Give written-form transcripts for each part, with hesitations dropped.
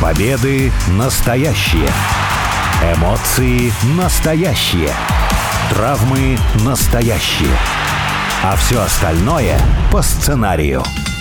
Победы настоящие. Эмоции настоящие. Травмы настоящие. А все остальное по сценарию.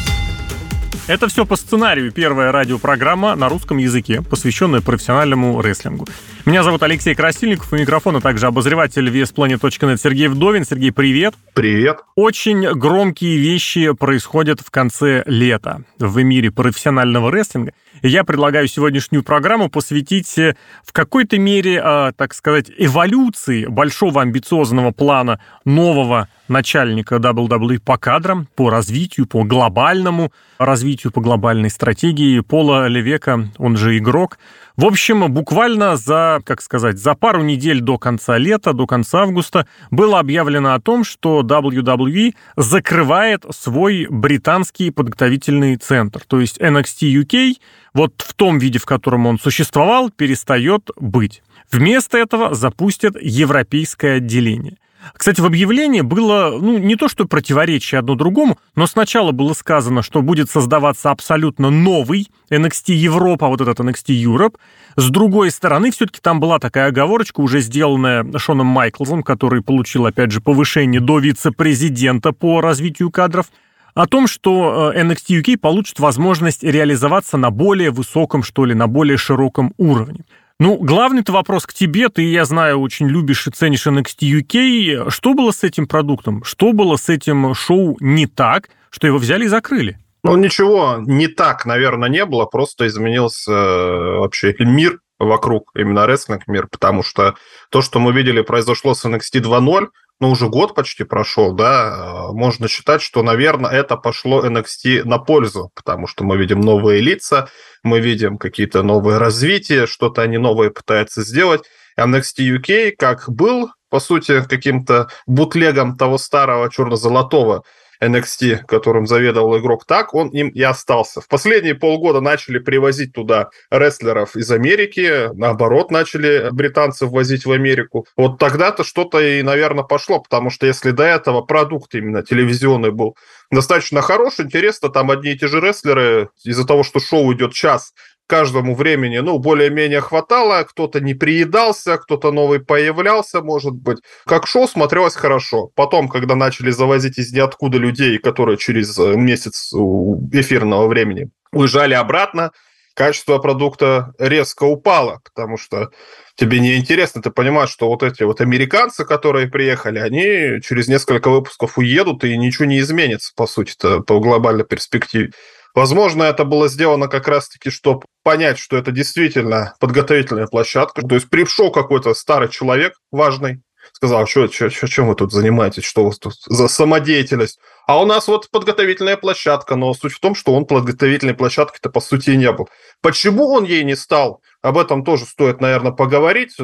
Это все по сценарию. Первая радиопрограмма на русском языке, посвященная профессиональному рестлингу. Меня зовут Алексей Красильников, у микрофона также обозреватель VSPlanet.net Сергей Вдовин. Сергей, привет. Привет. Очень громкие вещи происходят в конце лета в мире профессионального рестлинга. И я предлагаю сегодняшнюю программу посвятить в какой-то мере, так сказать, эволюции большого амбициозного плана нового начальника WWE по кадрам, по развитию, по глобальному развитию, по глобальной стратегии Пола Левека, он же Игрок. В общем, буквально за пару недель до конца лета, до конца августа, было объявлено о том, что WWE закрывает свой британский подготовительный центр. То есть NXT UK, вот в том виде, в котором он существовал, перестает быть. Вместо этого запустят европейское отделение. Кстати, в объявлении было, не то что противоречие одно другому, но сначала было сказано, что будет создаваться абсолютно новый NXT Европа, вот этот NXT Europe. С другой стороны, все-таки там была такая оговорочка, уже сделанная Шоном Майклзом, который получил, опять же, повышение до вице-президента по развитию кадров, о том, что NXT UK получит возможность реализоваться на более высоком, на более широком уровне. Главный-то вопрос к тебе. Ты, я знаю, очень любишь и ценишь NXT UK. Что было с этим продуктом? Что было с этим шоу не так, что его взяли и закрыли? Ничего не так, наверное, не было. Просто изменился вообще мир вокруг, именно рестлинг-мир, потому что то, что мы видели, произошло с NXT 2.0, уже год почти прошел, да, можно считать, что, наверное, это пошло NXT на пользу, потому что мы видим новые лица, мы видим какие-то новые развития, что-то они новое пытаются сделать. NXT UK как был, по сути, каким-то бутлегом того старого черно-золотого NXT, которым заведовал Игрок, так он им и остался. В последние полгода начали привозить туда рестлеров из Америки, наоборот, начали британцев возить в Америку. Вот тогда-то что-то и, наверное, пошло, потому что если до этого продукт именно телевизионный был достаточно хорош, интересно, там одни и те же рестлеры, из-за того, что шоу идет час, каждому времени, более-менее хватало, кто-то не приедался, кто-то новый появлялся, может быть. Как шоу смотрелось хорошо. Потом, когда начали завозить из ниоткуда людей, которые через месяц эфирного времени уезжали обратно, качество продукта резко упало, потому что тебе неинтересно, ты понимаешь, что вот эти вот американцы, которые приехали, они через несколько выпусков уедут, и ничего не изменится, по сути-то, по глобальной перспективе. Возможно, это было сделано как раз-таки, чтобы понять, что это действительно подготовительная площадка. То есть пришел какой-то старый человек важный, сказал, чем вы тут занимаетесь, что у вас тут за самодеятельность. А у нас вот подготовительная площадка, но суть в том, что он подготовительной площадки-то по сути и не был. Почему он ей не стал? Об этом тоже стоит, наверное, поговорить.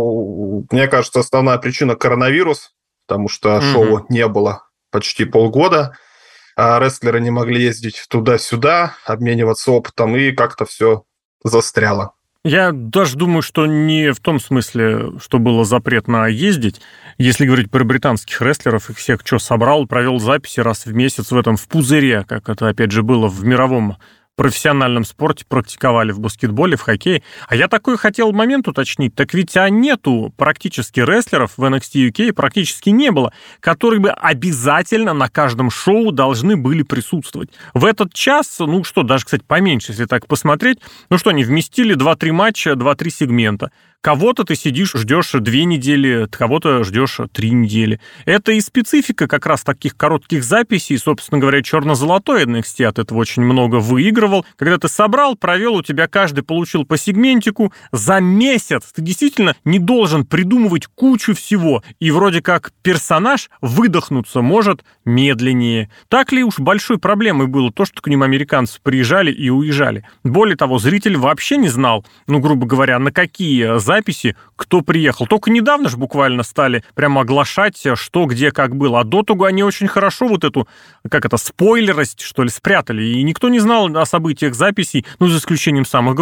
Мне кажется, основная причина – коронавирус, потому что шоу не было почти полгода. А рестлеры не могли ездить туда-сюда, обмениваться опытом, и как-то все застряло. Я даже думаю, что не в том смысле, что было запрет на ездить. Если говорить про британских рестлеров, их всех собрал, провел записи раз в месяц в пузыре, как это, опять же, было в мировом профессиональном спорте, практиковали в баскетболе, в хоккее. А я такой хотел момент уточнить. Так ведь нету практически рестлеров в NXT UK, практически не было, которые бы обязательно на каждом шоу должны были присутствовать. В этот час, даже, кстати, поменьше, если так посмотреть, они вместили 2-3 матча, 2-3 сегмента. Кого-то ты сидишь, ждешь 2 недели, кого-то ждешь 3 недели. Это и специфика как раз таких коротких записей. Собственно говоря, черно-золотой NXT от этого очень много выигрывал. Когда ты собрал, провел, у тебя каждый получил по сегментику. За месяц ты действительно не должен придумывать кучу всего. И вроде как персонаж выдохнуться может медленнее. Так ли уж большой проблемой было то, что к ним американцы приезжали и уезжали? Более того, зритель вообще не знал, грубо говоря, на какие записи, кто приехал. Только недавно же буквально стали прямо оглашать, что, где, как было. А до того они очень хорошо эту, спойлерость, спрятали. И никто не знал о событиях записей, за исключением самых громких.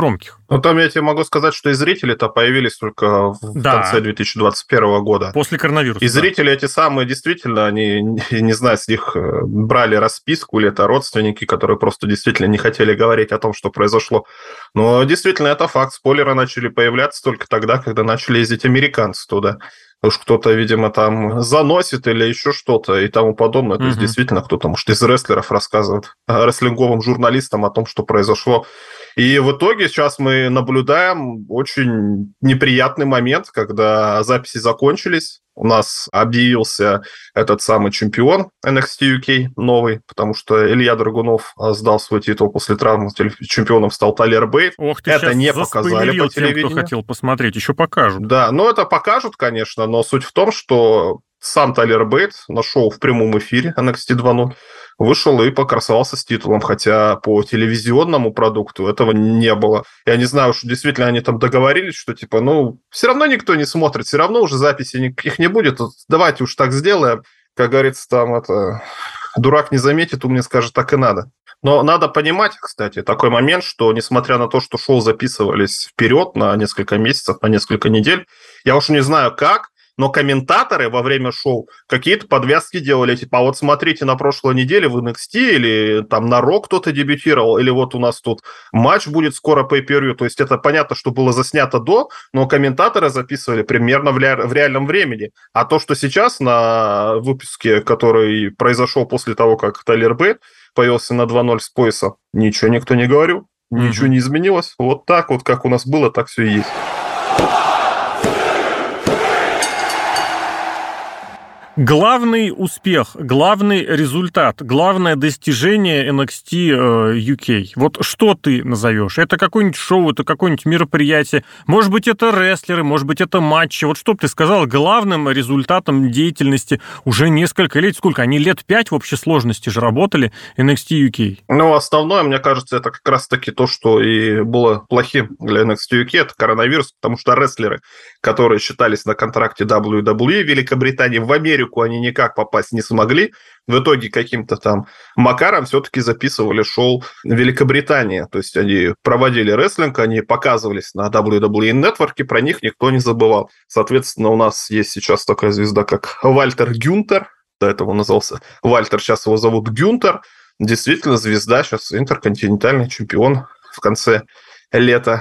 Ну, там я тебе могу сказать, что и зрители-то появились только в конце 2021 года. После коронавируса. И зрители эти самые, действительно, они, не знаю, с них брали расписку, или это родственники, которые просто действительно не хотели говорить о том, что произошло. Но действительно, это факт. Спойлеры начали появляться только тогда, когда начали ездить американцы туда. Уж кто-то, видимо, там заносит или еще что-то и тому подобное. То есть, действительно, кто-то, может, из рестлеров рассказывает рестлинговым журналистам о том, что произошло. И в итоге сейчас мы наблюдаем очень неприятный момент, когда записи закончились. У нас объявился этот самый чемпион NXT UK новый, потому что Илья Драгунов сдал свой титул после травмы. Чемпионом стал Тайлер Бейт. Ох ты, это не показали по телевидению. Тем, кто хотел посмотреть, еще покажут. Да, ну это покажут, конечно, но суть в том, что сам Тайлер Бейт на шоу в прямом эфире NXT 2.0 вышел и покрасовался с титулом, хотя по телевизионному продукту этого не было. Я не знаю, что действительно они там договорились, что типа, ну, все равно никто не смотрит, все равно уже записей никаких не будет, давайте уж так сделаем. Как говорится, там это... Дурак не заметит, умный скажет, так и надо. Но надо понимать, кстати, такой момент, что несмотря на то, что шоу записывались вперед на несколько месяцев, на несколько недель, я уж не знаю как, но комментаторы во время шоу какие-то подвязки делали, типа, а вот смотрите, на прошлой неделе в NXT или там на Raw кто-то дебютировал, или вот у нас тут матч будет скоро pay-per-view. То есть это понятно, что было заснято до, но комментаторы записывали примерно в реальном времени. А то, что сейчас на выпуске, который произошел после того, как Тайлер Бейт появился на 2.0 с пояса, ничего никто не говорил, ничего не изменилось. Вот так вот, как у нас было, так все и есть. Главный успех, главный результат, главное достижение NXT UK. Вот что ты назовешь? Это какое-нибудь шоу, это какое-нибудь мероприятие? Может быть, это рестлеры, может быть, это матчи? Вот что бы ты сказал главным результатом деятельности уже несколько лет? Сколько? Они лет 5 в общей сложности же работали NXT UK. Ну, основное, мне кажется, это как раз-таки то, что и было плохим для NXT UK, это коронавирус, потому что рестлеры, которые считались на контракте WWE в Великобритании, в Америку они никак попасть не смогли. В итоге каким-то там макаром все-таки записывали шоу в Великобритании. То есть они проводили рестлинг, они показывались на WWE Network, про них никто не забывал. Соответственно, у нас есть сейчас такая звезда, как Вальтер Гюнтер. До этого он назывался Вальтер, сейчас его зовут Гюнтер. Действительно, звезда, сейчас интерконтинентальный чемпион в конце лета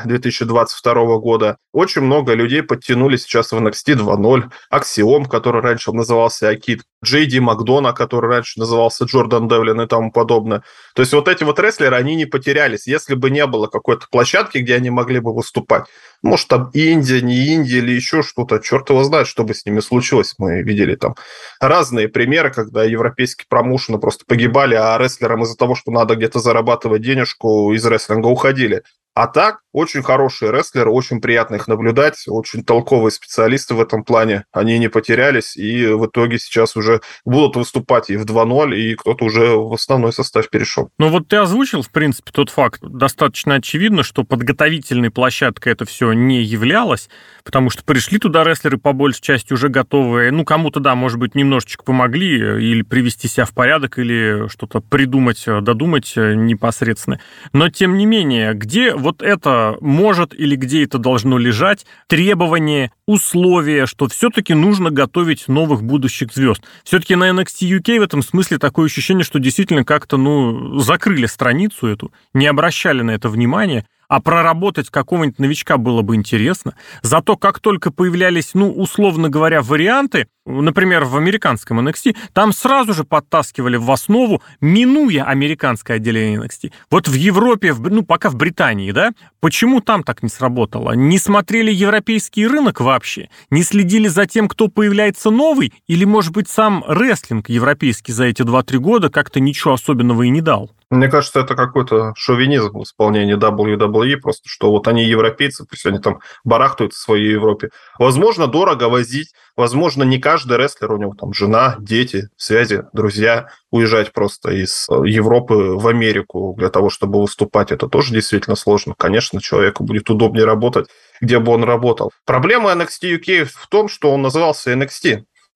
2022 года. Очень много людей подтянулись сейчас в NXT 2.0. Аксиом, который раньше назывался Акид, Джейди Макдона, который раньше назывался Джордан Девлин и тому подобное. То есть вот эти вот рестлеры, они не потерялись. Если бы не было какой-то площадки, где они могли бы выступать, может, там Индия, не Индия или еще что-то, черт его знает, что бы с ними случилось. Мы видели там разные примеры, когда европейские промоушены просто погибали, а рестлерам из-за того, что надо где-то зарабатывать денежку, из рестлинга уходили. А так, очень хорошие рестлеры, очень приятно их наблюдать, очень толковые специалисты в этом плане. Они не потерялись и в итоге сейчас уже будут выступать и в 2.0, и кто-то уже в основной состав перешел. Ну вот ты озвучил, в принципе, тот факт. Достаточно очевидно, что подготовительной площадкой это все не являлось, потому что пришли туда рестлеры по большей части уже готовые. Ну, кому-то, да, может быть, немножечко помогли или привести себя в порядок, или что-то придумать, додумать непосредственно. Но, тем не менее, где вот это может или где это должно лежать, требования, условия, что все-таки нужно готовить новых будущих звезд. Все-таки на NXT UK в этом смысле такое ощущение, что действительно как-то, закрыли страницу эту, не обращали на это внимания, а проработать какого-нибудь новичка было бы интересно. Зато как только появлялись, условно говоря, варианты, например, в американском NXT, там сразу же подтаскивали в основу, минуя американское отделение NXT. Вот в Европе, пока в Британии, да, почему там так не сработало? Не смотрели европейский рынок вообще? Не следили за тем, кто появляется новый? Или, может быть, сам рестлинг европейский за эти 2-3 года как-то ничего особенного и не дал? Мне кажется, это какой-то шовинизм в исполнении WWE, просто что вот они европейцы, пусть они там барахтают в своей Европе. Возможно, дорого возить, возможно, не каждый рестлер, у него там жена, дети, связи, друзья, уезжать просто из Европы в Америку для того, чтобы выступать, это тоже действительно сложно. Конечно, человеку будет удобнее работать, где бы он работал. Проблема NXT UK в том, что он назывался NXT.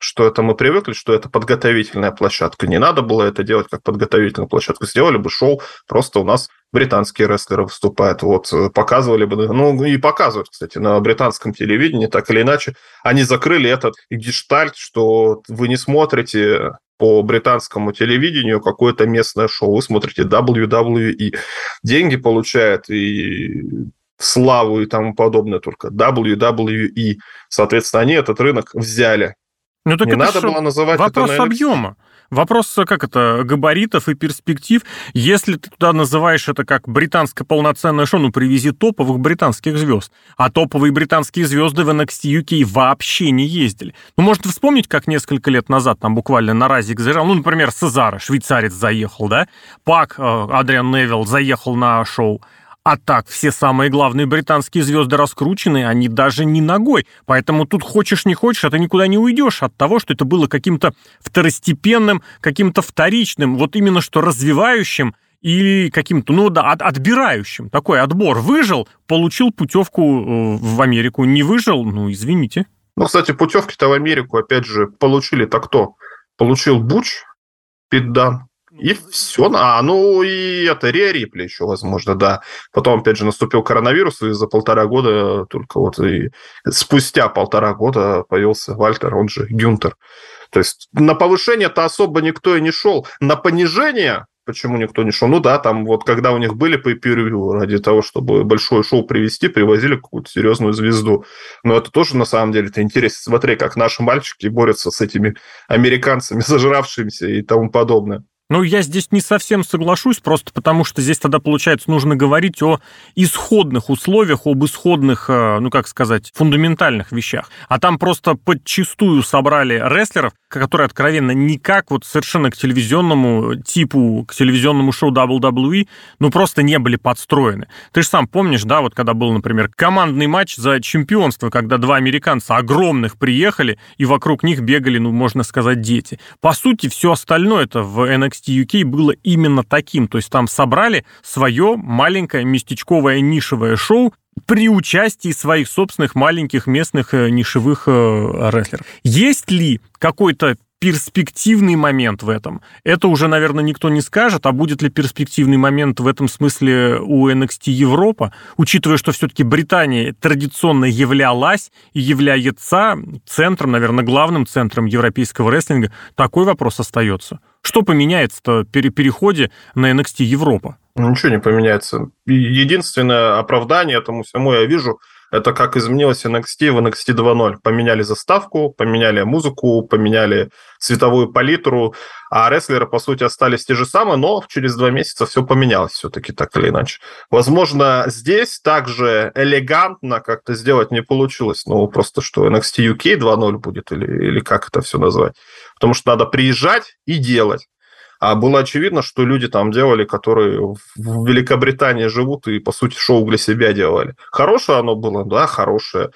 что это мы привыкли, что это подготовительная площадка. Не надо было это делать как подготовительную площадку. Сделали бы шоу, просто у нас британские рестлеры выступают. Вот, показывали бы, ну и показывают, кстати, на британском телевидении, так или иначе. Они закрыли этот гештальт, что вы не смотрите по британскому телевидению какое-то местное шоу, вы смотрите WWE. Деньги получает и славу и тому подобное только WWE. Соответственно, они этот рынок взяли. Ну, так не это надо было называть вопрос это объема. Вопрос, габаритов и перспектив. Если ты туда называешь это как британское полноценное шоу, ну, привези топовых британских звезд. А топовые британские звезды в NXT UK вообще не ездили. Ну, можно вспомнить, как несколько лет назад там буквально на разик заезжал. Ну, например, Сезаро, швейцарец, заехал, да? Пак, Адриан Невилл заехал на шоу. А так, все самые главные британские звезды раскручены, они даже не ногой. Поэтому тут хочешь не хочешь, а ты никуда не уйдешь от того, что это было каким-то второстепенным, каким-то вторичным, вот именно что развивающим или каким-то, ну да, отбирающим. Такой отбор. Выжил, получил путевку в Америку. Не выжил, ну извините. Ну, кстати, путевки-то в Америку, опять же, получили-то кто? Получил Буч, Пит Дан. И все. Ну и это Риа Рипли еще, возможно, да. Потом, опять же, наступил коронавирус, и за 1,5 года, только вот и спустя 1,5 года появился Вальтер, он же Гюнтер. То есть на повышение-то особо никто и не шел. На понижение почему никто не шел? Ну да, там вот когда у них были pay-per-view, ради того, чтобы большое шоу привезти, привозили какую-то серьезную звезду. Но это тоже, на самом деле, это интересно. Смотри, как наши мальчики борются с этими американцами, зажравшимися и тому подобное. Ну, я здесь не совсем соглашусь, просто потому что здесь тогда, получается, нужно говорить о исходных условиях, об исходных, ну, как сказать, фундаментальных вещах. А там просто подчистую собрали рестлеров, которые откровенно никак вот совершенно к телевизионному типу, к телевизионному шоу WWE, ну, просто не были подстроены. Ты же сам помнишь, да, вот когда был, например, командный матч за чемпионство, когда 2 американца огромных приехали, и вокруг них бегали, ну, можно сказать, дети. По сути, все остальное это в NXT UK было именно таким. То есть там собрали свое маленькое местечковое нишевое шоу при участии своих собственных маленьких местных нишевых рестлеров. Есть ли какой-то перспективный момент в этом? Это уже, наверное, никто не скажет, а будет ли перспективный момент в этом смысле у NXT Европа, учитывая, что все-таки Британия традиционно являлась и является центром, наверное, главным центром европейского рестлинга, такой вопрос остается. Что поменяется-то при переходе на NXT Европа? Ничего не поменяется. Единственное оправдание этому всему я вижу, это как изменилось NXT в NXT 2.0. Поменяли заставку, поменяли музыку, поменяли цветовую палитру, а рестлеры, по сути, остались те же самые, но через 2 месяца все поменялось все-таки так или иначе. Возможно, здесь также элегантно как-то сделать не получилось. Ну, просто что NXT UK 2.0 будет, или как это все назвать. Потому что надо приезжать и делать. А было очевидно, что люди там делали, которые в Великобритании живут и, по сути, шоу для себя делали. Хорошее оно было? Да, хорошее.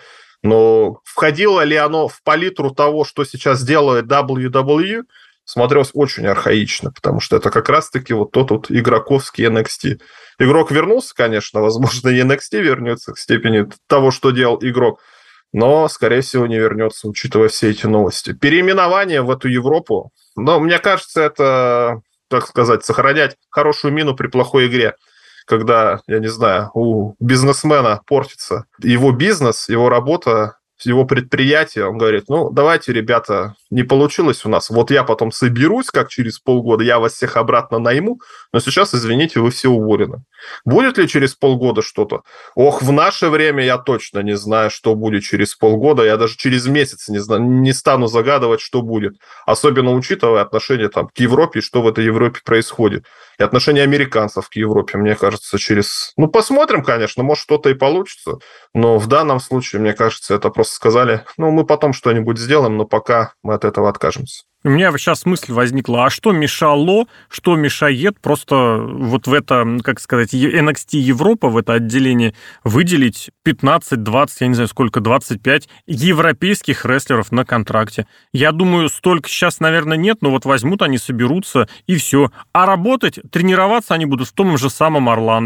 Но входило ли оно в палитру того, что сейчас делает WWE, смотрелось очень архаично, потому что это как раз-таки вот тот вот игроковский NXT. Игрок вернулся, конечно, возможно, и NXT вернется к степени того, что делал игрок, но, скорее всего, не вернется, учитывая все эти новости. Переименование в эту Европу, но мне кажется, это, так сказать, сохранять хорошую мину при плохой игре. Когда, я не знаю, у бизнесмена портится его бизнес, его работа, его предприятие, он говорит, ну, давайте, ребята, не получилось у нас, вот я потом соберусь, как через полгода, я вас всех обратно найму, но сейчас, извините, вы все уволены. Будет ли через полгода что-то? Ох, в наше время я точно не знаю, что будет через полгода, я даже через месяц не знаю, не стану загадывать, что будет, особенно учитывая отношение там, к Европе и что в этой Европе происходит. И отношение американцев к Европе, мне кажется, через... Ну, посмотрим, конечно, может, что-то и получится, но в данном случае, мне кажется, это просто сказали, ну, мы потом что-нибудь сделаем, но пока мы от этого откажемся. У меня сейчас мысль возникла, а что мешало, что мешает просто вот в это, как сказать, NXT Европа, в это отделение выделить 15, 20, я не знаю сколько, 25 европейских рестлеров на контракте. Я думаю, столько сейчас, наверное, нет, но вот возьмут они, соберутся и все. А работать, тренироваться они будут в том же самом Орландо.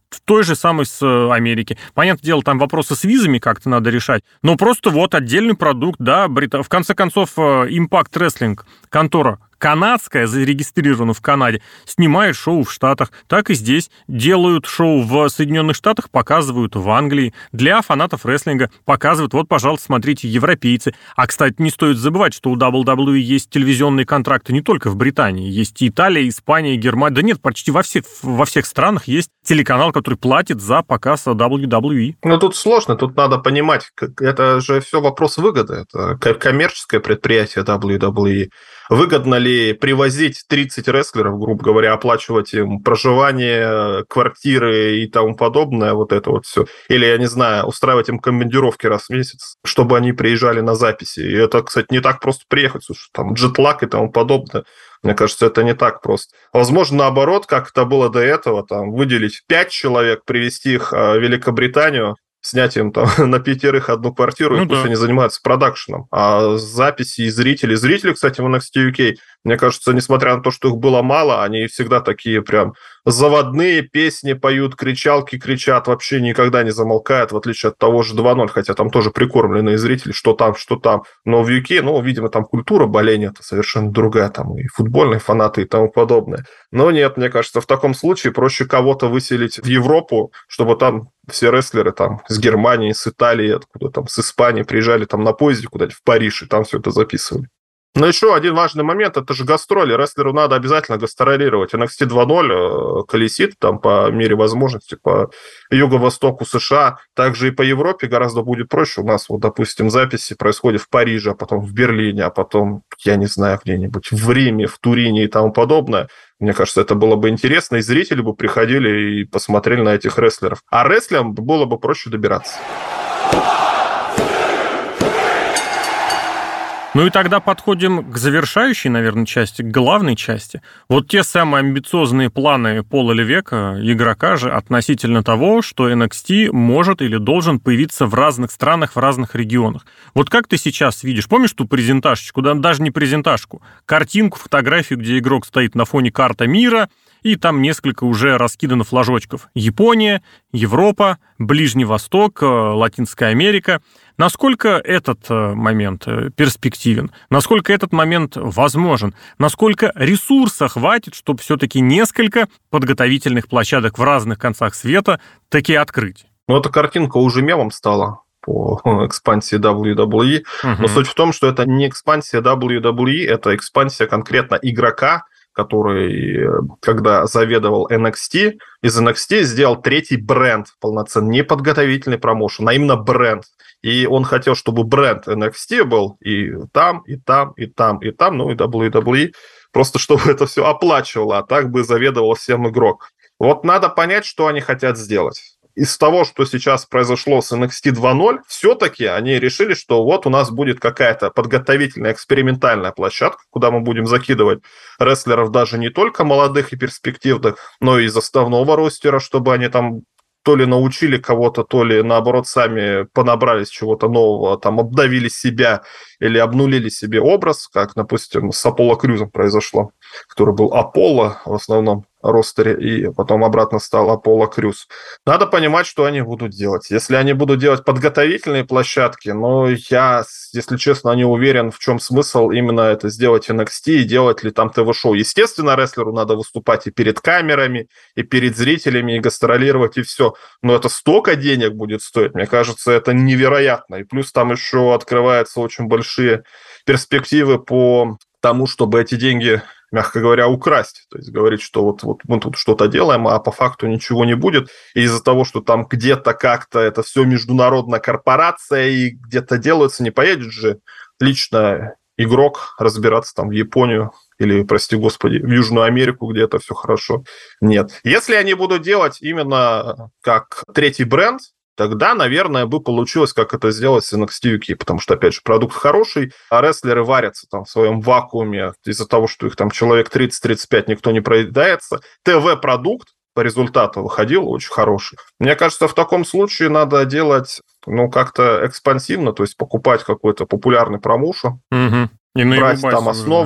в той же самой с Америки. Понятное дело, там вопросы с визами как-то надо решать, но просто вот отдельный продукт, да, в конце концов, Impact Wrestling, контора канадская, зарегистрирована в Канаде, снимает шоу в Штатах. Так и здесь делают шоу в Соединенных Штатах, показывают в Англии. Для фанатов рестлинга показывают, вот, пожалуйста, смотрите, европейцы. А, кстати, не стоит забывать, что у WWE есть телевизионные контракты не только в Британии. Есть и Италия, Испания, Германия. Да нет, почти во всех странах есть телеканал, который платит за показ WWE. Ну, тут сложно, тут надо понимать, это же все вопрос выгоды. Это коммерческое предприятие WWE. Выгодно ли привозить 30 рестлеров, грубо говоря, оплачивать им проживание, квартиры и тому подобное, вот это вот все. Или, я не знаю, устраивать им командировки раз в месяц, чтобы они приезжали на записи. И это, кстати, не так просто приехать, слушай, там джетлаг и тому подобное. Мне кажется, это не так просто. Возможно, наоборот, как это было до этого, там, выделить 5 человек, привезти их в Великобританию, снять им там на 5 одну квартиру, и пусть они занимаются продакшеном. А записи и зрители, кстати, в NXT UK, мне кажется, несмотря на то, что их было мало, они всегда такие прям заводные, песни поют, кричалки кричат, вообще никогда не замолкают, в отличие от того же 2.0, хотя там тоже прикормленные зрители, что там. Но в UK, ну, видимо, там культура боления это совершенно другая, там и футбольные фанаты и тому подобное. Но нет, мне кажется, в таком случае проще кого-то выселить в Европу, чтобы там все рестлеры там с Германии, с Италии, откуда там, с Испании приезжали там на поезде куда-нибудь в Париж, и там все это записывали. Но еще один важный момент, это же гастроли. Рестлеру надо обязательно гастролировать. NXT 2.0 колесит там по мере возможности по юго-востоку США, также и по Европе гораздо будет проще. У нас, вот, допустим, записи происходят в Париже, а потом в Берлине, а потом, я не знаю, где-нибудь в Риме, в Турине и тому подобное. Мне кажется, это было бы интересно, и зрители бы приходили и посмотрели на этих рестлеров. А рестлерам было бы проще добираться. Ну и тогда подходим к завершающей, наверное, части, к главной части. Вот те самые амбициозные планы Пола Левека, игрока же, относительно того, что NXT может или должен появиться в разных странах, в разных регионах. Вот как ты сейчас видишь? Помнишь ту презентажечку, да, даже не презентажку, картинку, фотографию, где игрок стоит на фоне карты мира, и там несколько уже раскидано флажочков. Япония, Европа, Ближний Восток, Латинская Америка. Насколько этот момент перспективен? Насколько этот момент возможен? Насколько ресурса хватит, чтобы все-таки несколько подготовительных площадок в разных концах света таки открыть? Ну, эта картинка уже мемом стала по экспансии WWE. Но суть в том, что это не экспансия WWE, это экспансия конкретно игрока, который, когда заведовал NXT, из NXT сделал третий бренд полноценный, не подготовительный промоушен, а именно бренд. И он хотел, чтобы бренд NXT был и там, и там, и там, и там, ну и WWE, просто чтобы это все оплачивало, а так бы заведовал всем игрок. Вот надо понять, что они хотят сделать. Из того, что сейчас произошло с NXT 2.0, все-таки они решили, что вот у нас будет какая-то подготовительная, экспериментальная площадка, куда мы будем закидывать рестлеров даже не только молодых и перспективных, но и из основного ростера, чтобы они там то ли научили кого-то, то ли, наоборот, сами понабрались чего-то нового, там, обновили себя или обнулили себе образ, как, допустим, с Аполло Крюзом произошло, который был Аполло в основном ростере, и потом обратно стал Аполло Крюз. Надо понимать, что они будут делать. Если они будут делать подготовительные площадки, но я, если честно, не уверен, в чем смысл именно это сделать NXT и делать ли там ТВ-шоу. Естественно, рестлеру надо выступать и перед камерами, и перед зрителями, и гастролировать, и все. Но это столько денег будет стоить, мне кажется, это невероятно. И плюс там еще открываются очень большие перспективы по тому, чтобы эти деньги, мягко говоря, украсть. То есть говорить, что вот мы тут что-то делаем, а по факту ничего не будет. И из-за того, что там где-то как-то это все международная корпорация и где-то делается, не поедет же лично игрок разбираться там в Японию или, прости господи, в Южную Америку, где это все хорошо. Нет. Если они будут делать именно как третий бренд, тогда, наверное, бы получилось, как это сделать с NXT UK, потому что, опять же, продукт хороший, а рестлеры варятся там в своем вакууме из-за того, что их там человек 30-35, никто не проедается. ТВ-продукт по результату выходил очень хороший. Мне кажется, в таком случае надо делать, как-то экспансивно, то есть покупать какой-то популярный промоушен, брать там основу,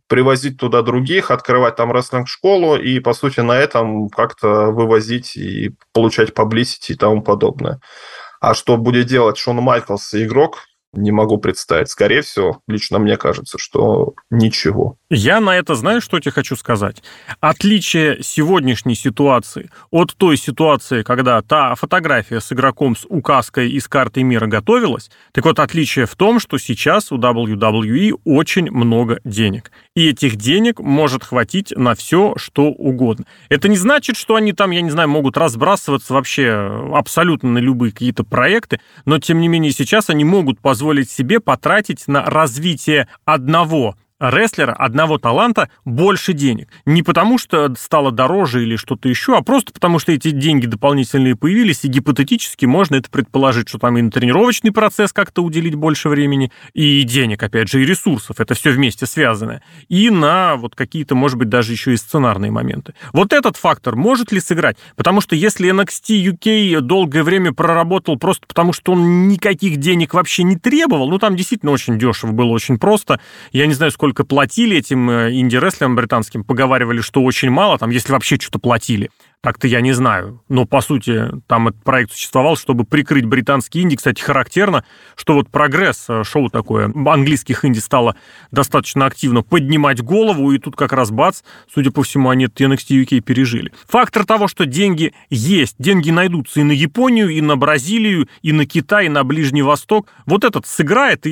привозить туда других, открывать там рестлинг-школу и, по сути, на этом как-то вывозить и получать паблисити и тому подобное. А что будет делать Шон Майклс, игрок, не могу представить. Скорее всего, лично мне кажется, что ничего. Я на это, знаешь, что тебе хочу сказать? Отличие сегодняшней ситуации от той ситуации, когда та фотография с игроком с указкой и с картой мира готовилась, так вот, отличие в том, что сейчас у WWE очень много денег. И этих денег может хватить на все, что угодно. Это не значит, что они там, я не знаю, могут разбрасываться вообще абсолютно на любые какие-то проекты, но, тем не менее, сейчас они могут позволить себе потратить на развитие одного рестлера, одного таланта больше денег. Не потому, что стало дороже или что-то еще, а просто потому, что эти деньги дополнительные появились, и гипотетически можно это предположить, что там и на тренировочный процесс как-то уделить больше времени, и денег, опять же, и ресурсов, это все вместе связано, и на вот какие-то, может быть, даже еще и сценарные моменты. Вот этот фактор может ли сыграть? Потому что если NXT UK долгое время проработал просто потому, что он никаких денег вообще не требовал, ну, там действительно очень дешево было, очень просто, я не знаю, сколько платили этим инди-рестлерам британским, поговаривали, что очень мало, там, если вообще что-то платили. Так-то я не знаю. Но, по сути, там этот проект существовал, чтобы прикрыть британский инди. Кстати, характерно, что вот прогресс, шоу такое, английских инди стало достаточно активно поднимать голову, и тут как раз бац, судя по всему, они это NXT UK пережили. Фактор того, что деньги есть, деньги найдутся и на Японию, и на Бразилию, и на Китай, и на Ближний Восток, вот этот сыграет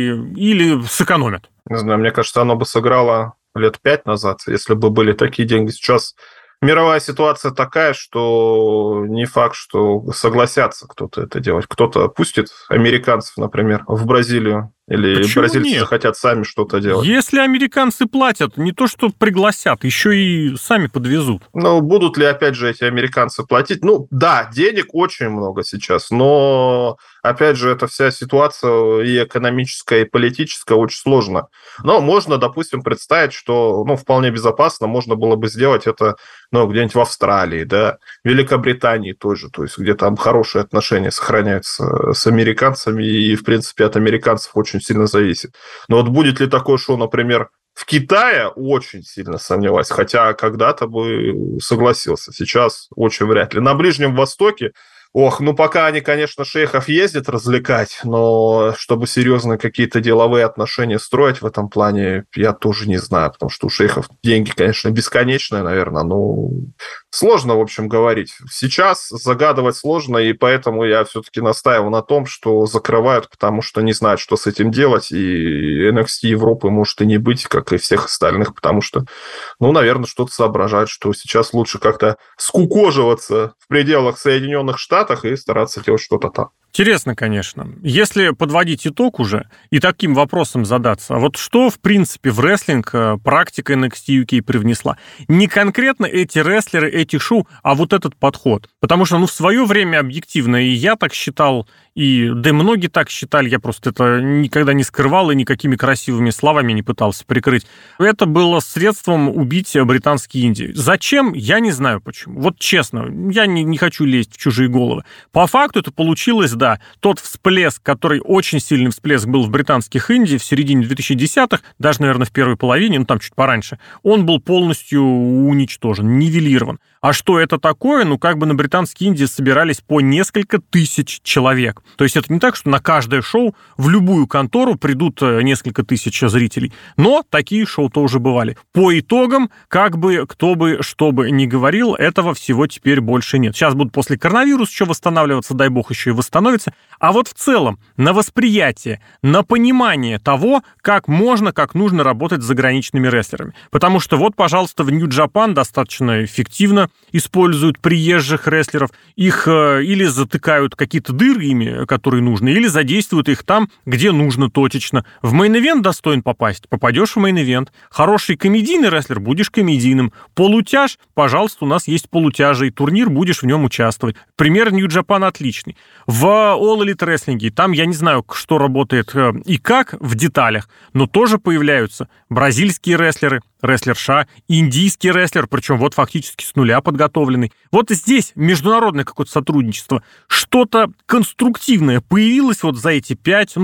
или сэкономит? Не знаю, мне кажется, оно бы сыграло лет 5 назад, если бы были такие деньги. Сейчас мировая ситуация такая, что не факт, что согласятся кто-то это делать. Кто-то пустит американцев, например, в Бразилию, или почему бразильцы нет? захотят сами что-то делать. Если американцы платят, не то что пригласят, еще и сами подвезут. Ну, будут ли, опять же, эти американцы платить? Ну, да, денег очень много сейчас, но, опять же, эта вся ситуация и экономическая, и политическая очень сложна. Но можно, допустим, представить, что, ну, вполне безопасно можно было бы сделать это, ну, где-нибудь в Австралии, да, в Великобритании тоже, то есть где там хорошие отношения сохраняются с американцами, и, в принципе, от американцев очень сильно зависит. Но вот будет ли такое шоу, например, в Китае, очень сильно сомневаюсь, хотя когда-то бы согласился. Сейчас очень вряд ли. На Ближнем Востоке, ну пока они, конечно, шейхов ездят развлекать, но чтобы серьезные какие-то деловые отношения строить в этом плане, я тоже не знаю, потому что у шейхов деньги, конечно, бесконечные, наверное, но сложно, в общем, говорить. Сейчас загадывать сложно, и поэтому я все-таки настаиваю на том, что закрывают, потому что не знают, что с этим делать, и NXT Европы может и не быть, как и всех остальных, потому что, ну, наверное, что-то соображают, что сейчас лучше как-то скукоживаться в пределах Соединенных Штатов и стараться делать что-то там. Интересно, конечно. Если подводить итог уже и таким вопросом задаться, а вот что, в принципе, в рестлинг практика NXT UK привнесла? Не конкретно эти рестлеры, эти шоу, а вот этот подход. Потому что, ну, в свое время объективно, и я так считал, и да и многие так считали, я просто это никогда не скрывал и никакими красивыми словами не пытался прикрыть. Это было средством убить британские инди. Зачем? Я не знаю почему. Вот честно, я не хочу лезть в чужие головы. По факту это получилось, да, тот всплеск, который очень сильный всплеск был в британских инди в середине 2010-х, даже, наверное, в первой половине, ну там чуть пораньше, он был полностью уничтожен, нивелирован. А что это такое? Ну, как бы на британские инди собирались по несколько тысяч человек. То есть это не так, что на каждое шоу в любую контору придут несколько тысяч зрителей. Но такие шоу тоже бывали. По итогам, как бы кто бы что бы ни говорил, этого всего теперь больше нет. Сейчас будут после коронавируса еще восстанавливаться, дай бог, еще и восстановится. А вот в целом на восприятие, на понимание того, как можно, как нужно работать с заграничными рестлерами. Потому что вот, пожалуйста, в Нью-Джапан достаточно эффективно используют приезжих рестлеров. Их или затыкают какие-то дыры ими, которые нужны, или задействуют их там, где нужно точечно. В мейн-ивент достоин попасть, попадешь в мейн-ивент. Хороший комедийный рестлер, будешь комедийным. Полутяж, пожалуйста, у нас есть полутяжий турнир, будешь в нем участвовать. Пример Нью-Джапан отличный. В All Elite Wrestling, там я не знаю, что работает и как в деталях, но тоже появляются бразильские рестлеры, рестлерша, индийский рестлер, причем вот фактически с нуля подготовленный. Вот здесь международное какое-то сотрудничество, что-то конструктивное появилось вот за эти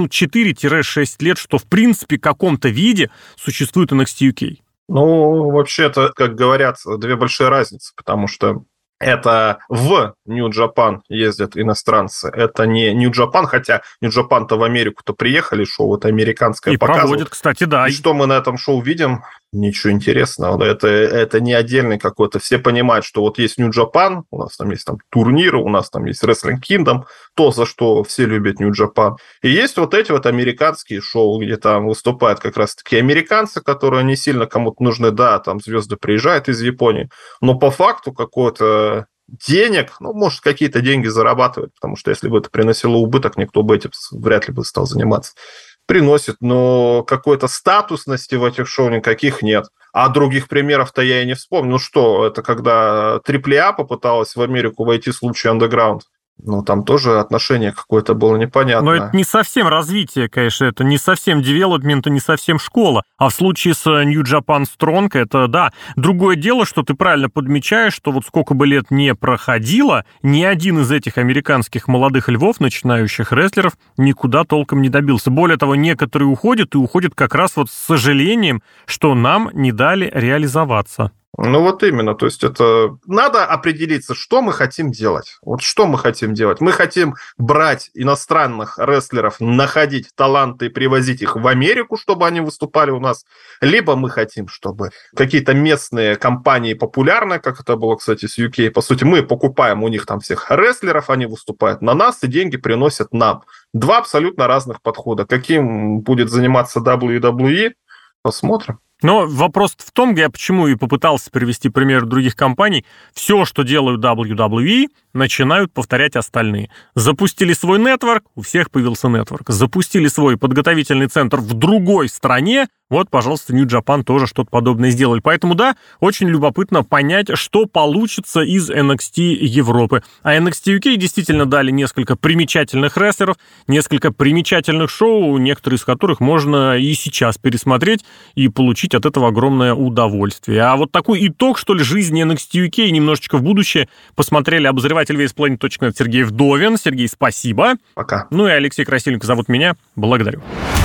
4-6 лет, что в принципе в каком-то виде существует NXT UK. Ну, вообще-то, как говорят, две большие разницы, потому что это в New Japan ездят иностранцы. Это не New Japan, хотя New Japan-то в Америку-то приехали, шоу это американское показывают. И проводят, кстати, да. И что мы на этом шоу видим? Ничего интересного. Это не отдельный какой-то. Все понимают, что вот есть New Japan, у нас там есть турниры, у нас там есть Wrestling Kingdom, то, за что все любят New Japan. И есть вот эти вот американские шоу, где там выступают как раз-таки американцы, которые не сильно кому-то нужны. Да, там звезды приезжают из Японии, но по факту какой-то денег, может, какие-то деньги зарабатывать, потому что если бы это приносило убыток, никто бы этим вряд ли бы стал заниматься. Приносит, но какой-то статусности в этих шоу никаких нет. А других примеров-то я и не вспомню. Это когда AAA попыталась в Америку войти в случае Underground. Там тоже отношение какое-то было непонятное. Но это не совсем развитие, конечно, это не совсем девелопмент, не совсем школа. А в случае с New Japan Strong это, да. Другое дело, что ты правильно подмечаешь, что вот сколько бы лет не проходило, ни один из этих американских молодых львов, начинающих рестлеров, никуда толком не добился. Более того, некоторые уходят, и уходят как раз вот с сожалением, что нам не дали реализоваться. Вот именно, то есть это надо определиться, что мы хотим делать. Вот что мы хотим делать? Мы хотим брать иностранных рестлеров, находить таланты и привозить их в Америку, чтобы они выступали у нас, либо мы хотим, чтобы какие-то местные компании популярные, как это было, кстати, с UK, по сути, мы покупаем у них там всех рестлеров, они выступают на нас, и деньги приносят нам. Два абсолютно разных подхода. Каким будет заниматься WWE, посмотрим. Но вопрос в том, я почему и попытался привести пример других компаний, все, что делают WWE, начинают повторять остальные. Запустили свой нетворк, у всех появился нетворк. Запустили свой подготовительный центр в другой стране, вот, пожалуйста, New Japan тоже что-то подобное сделали. Поэтому, да, очень любопытно понять, что получится из NXT Европы. А NXT UK действительно дали несколько примечательных рестлеров, несколько примечательных шоу, некоторые из которых можно и сейчас пересмотреть и получить от этого огромное удовольствие. А вот такой итог, что ли, жизни NXT UK немножечко в будущее посмотрели обозреватель VSPlanet.net Сергей Вдовин. Сергей, спасибо. Пока. Ну и Алексей Красильников зовут меня. Благодарю.